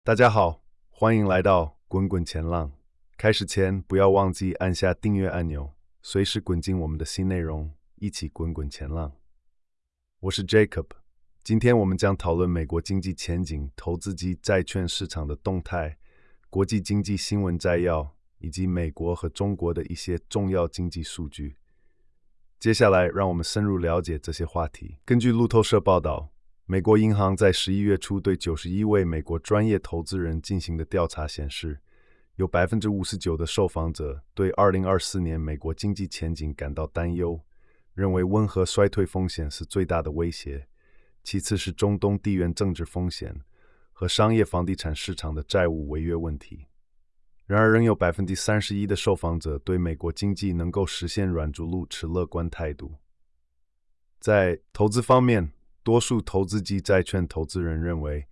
大家好，欢迎来到滚滚前浪。开始前，不要忘记按下订阅按钮，随时滚进我们的新内容，一起滚滚前浪。我是 Jacob，今天我们将讨论美国经济前景、投资及债券市场的动态、国际经济新闻摘要，以及美国和中国的一些重要经济数据。接下来，让我们深入了解这些话题。根据路透社报道，美国银行在11月初对91位美国专业投资人进行的调查显示，有59%的受访者对2024年美国经济前景感到担忧，认为温和衰退风险是最大的威胁，其次是中东地缘政治风险和商业房地产市场的债务违约问题。然而，仍有31%的受访者对美国经济能够实现软着陆持乐观态度。在投资方面，多数投资级债券投资人认为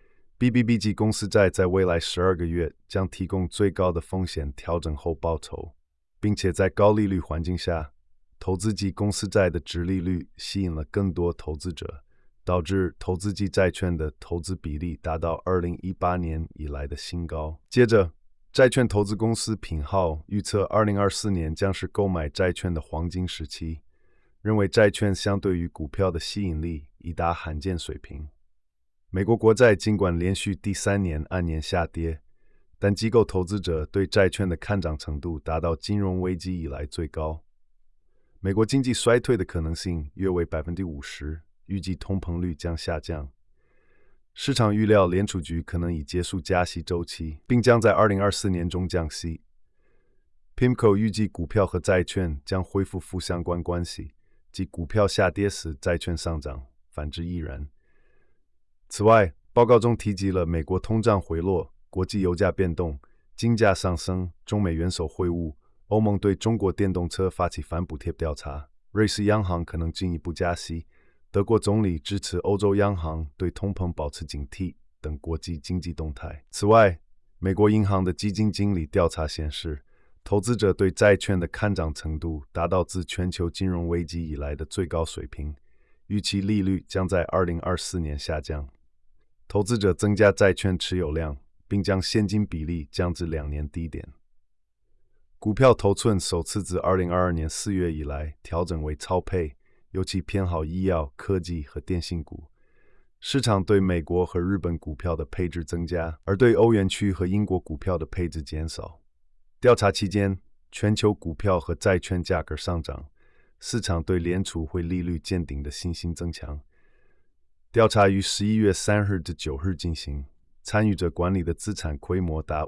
BBB 级公司债在未来12个月将提供最高的风险调整后报酬，并且在高利率环境下，投资级公司债的殖利率吸引了更多投资者，导致投资级债券的投资比例达到2018年以来的新高。接着，债券投资公司品号预测2024年将是购买债券的黄金时期，认为债券相对于股票的吸引力已达罕见水平。美国国债尽管连续第3年按年下跌，但机构投资者对债券的看涨程度达到金融危机以来最高。美国经济衰退的可能性约为50%，预计通膨率将下降。市场预料联储局可能已结束加息周期，并将在2024年中降息。PIMCO 预计股票和债券将恢复负相关关系，即股票下跌时债券上涨，反之亦然。此外，报告中提及了美国通胀回落、国际油价变动、金价上升、中美元首会晤、欧盟对中国电动车发起反补贴调查、瑞士央行可能进一步加息、德国总理支持欧洲央行对通膨保持警惕等国际经济动态。此外，美国银行的基金经理调查显示，投资者对债券的看涨程度达到自全球金融危机以来的最高水平，预期利率将在2024年下降。投资者增加债券持有量，并将现金比例降至2年低点。股票头寸首次自2022年4月以来调整为超配，尤其偏好医药、科技和电信股。市场对美国和日本股票的配置增加，而对欧元区和英国股票的配置减少。调查期间，全球股票和债券价格上涨，市场对联储会利率见顶的信心增强。调查于11月3日至9日进行，参与者管理的资产规模达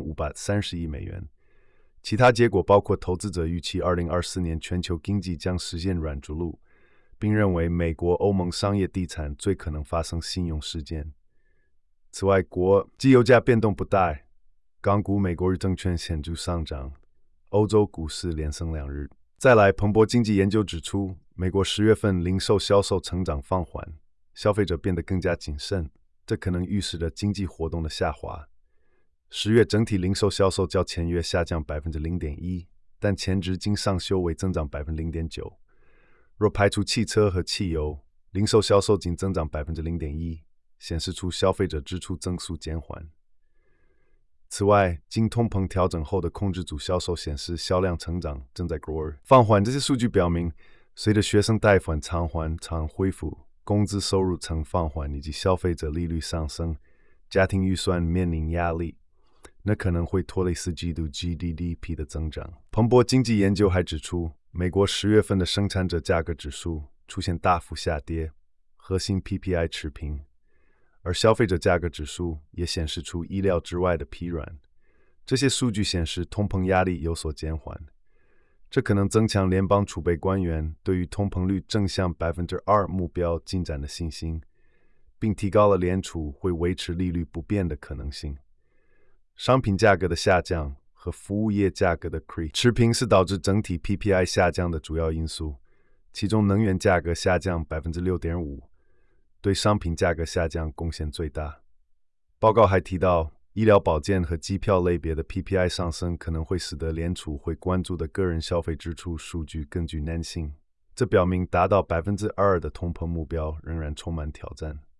5530亿美元。其他结果包括投资者预期2024年全球经济将实现软着陆，并认为美国、欧盟商业地产最可能发生信用事件。此外，国际油价变动不大，港股美国日证券显著上涨，欧洲股市连升2日。再来，彭博经济研究指出，美国10月份零售销售成长放缓，消费者变得更加谨慎，这可能预示着经济活动的下滑。10月整体零售销售较前月下降 0.1%， 但前值经上修为增长 0.9%。若排除汽车和汽油，零售销售仅增长 0.1%， 显示出消费者支出增速减缓。此外，经通膨调整后的控制组销售显示销量成长正在放缓。这些数据表明，随着学生贷款偿还常恢复，工资收入曾放缓，以及消费者利率上升，家庭预算面临压力，那可能会拖累4季度 GDP 的增长。彭博经济研究还指出，美国10月份的生产者价格指数出现大幅下跌，核心 PPI 持平，而消费者价格指数也显示出意料之外的疲软。这些数据显示通膨压力有所减缓，这可能增强联邦储备官员对于通膨率正向 2% 目标进展的信心，并提高了联储会维持利率不变的可能性。商品价格的下降和服务业价格的持平是导致整体 PPI 下降的主要因素，其中能源价格下降 6.5%， 对商品价格下降贡献最大。报告还提到，医疗保健和机票类别的 PPI 上升可能会使得联储会关注的个人消费支出数据更具粘性，这表明达到 2% 的通膨目标仍然充满挑战。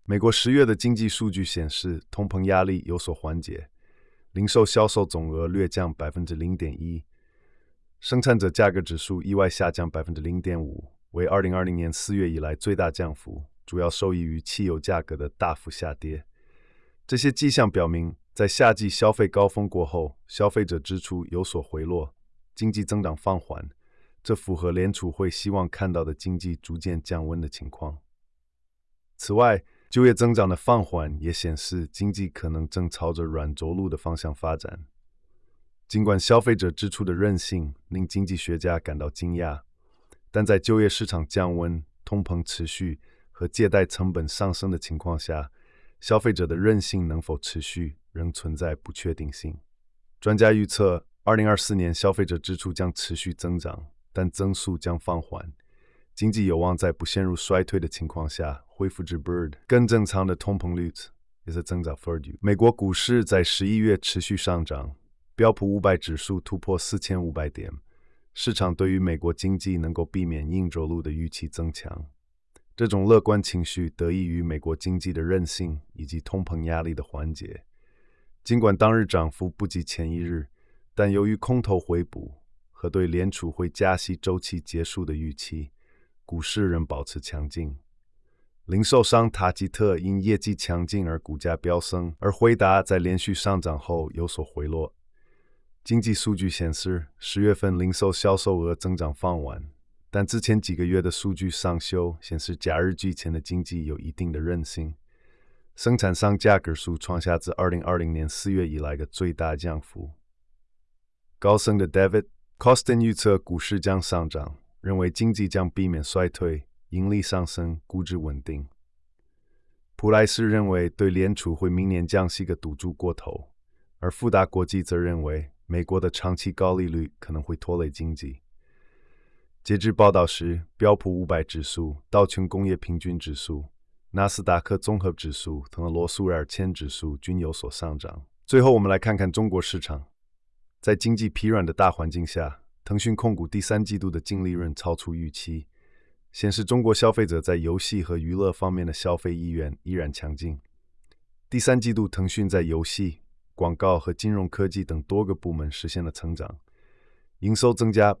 美国10月的经济数据显示，通膨压力有所缓解，零售销售总额略降 0.1%， 生产者价格指数意外下降 0.5%， 为2020年4月以来最大降幅，主要受益于汽油价格的大幅下跌。这些迹象表明，在夏季消费高峰过后，消费者支出有所回落，经济增长放缓，这符合联储会希望看到的经济逐渐降温的情况。此外，就业增长的放缓也显示经济可能正朝着软着陆的方向发展。尽管消费者支出的韧性令经济学家感到惊讶，但在就业市场降温、通膨持续和借贷成本上升的情况下，消费者的韧性能否持续仍存在不确定性。专家预测，2024年消费者支出将持续增长，但增速将放缓。经济有望在不陷入衰退的情况下恢复至 BERD 更正常的通膨率，也是增长 FERD。美国股市在11月持续上涨，标普500指数突破4500点，市场对于美国经济能够避免硬着陆的预期增强。这种乐观情绪得益于美国经济的韧性以及通膨压力的缓解。尽管当日涨幅不及前一日，但由于空头回补和对联储会加息周期结束的预期，股市仍保持强劲。零售商塔吉特因业绩强劲而股价飙升，而辉达在连续上涨后有所回落。经济数据显示，10月份零售销售额增长放缓，但之前几个月的数据上修显示假日季前的经济有一定的韧性。生产商价格数创下自2020年4月以来的最大降幅。高盛的 David Kostin 预测股市将上涨，认为经济将避免衰退，盈利上升，估值稳定。普莱斯认为对联储会明年降息的赌注过头，而富达国际则认为美国的长期高利率可能会拖累经济。截至报道时，标普500指数、道琼工业平均指数、纳斯达克综合指数和罗素韦尔千指数均有所上涨。最后，我们来看看中国市场。在经济疲软的大环境下，腾讯控股第3季度的净利润超出预期，显示中国消费者在游戏和娱乐方面的消费意愿依然强劲。第3季度，腾讯在游戏、广告和金融科技等多个部门实现了成长，营收增加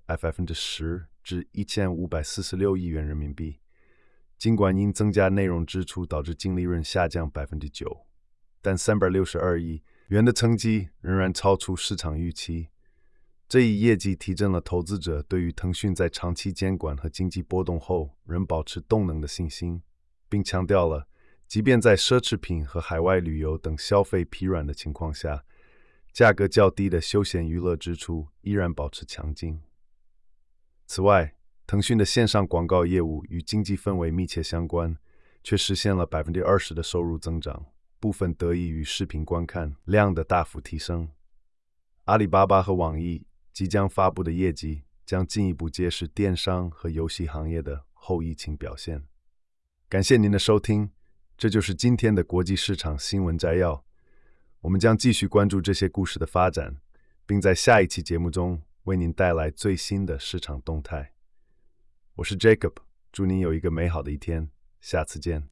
10% 至1546亿元人民币。尽管因增加内容支出导致净利润下降 9%， 但362亿元的成绩仍然超出市场预期。这一业绩提振了投资者对于腾讯在长期监管和经济波动后仍保持动能的信心，并强调了，即便在奢侈品和海外旅游等消费疲软的情况下，价格较低的休闲娱乐支出依然保持强劲。此外，腾讯的线上广告业务与经济氛围密切相关，却实现了 20% 的收入增长，部分得益于视频观看量的大幅提升。阿里巴巴和网易即将发布的业绩将进一步揭示电商和游戏行业的后疫情表现。感谢您的收听，这就是今天的国际市场新闻摘要。我们将继续关注这些故事的发展，并在下一期节目中为您带来最新的市场动态。我是 Jacob， 祝您有一个美好的一天，下次见。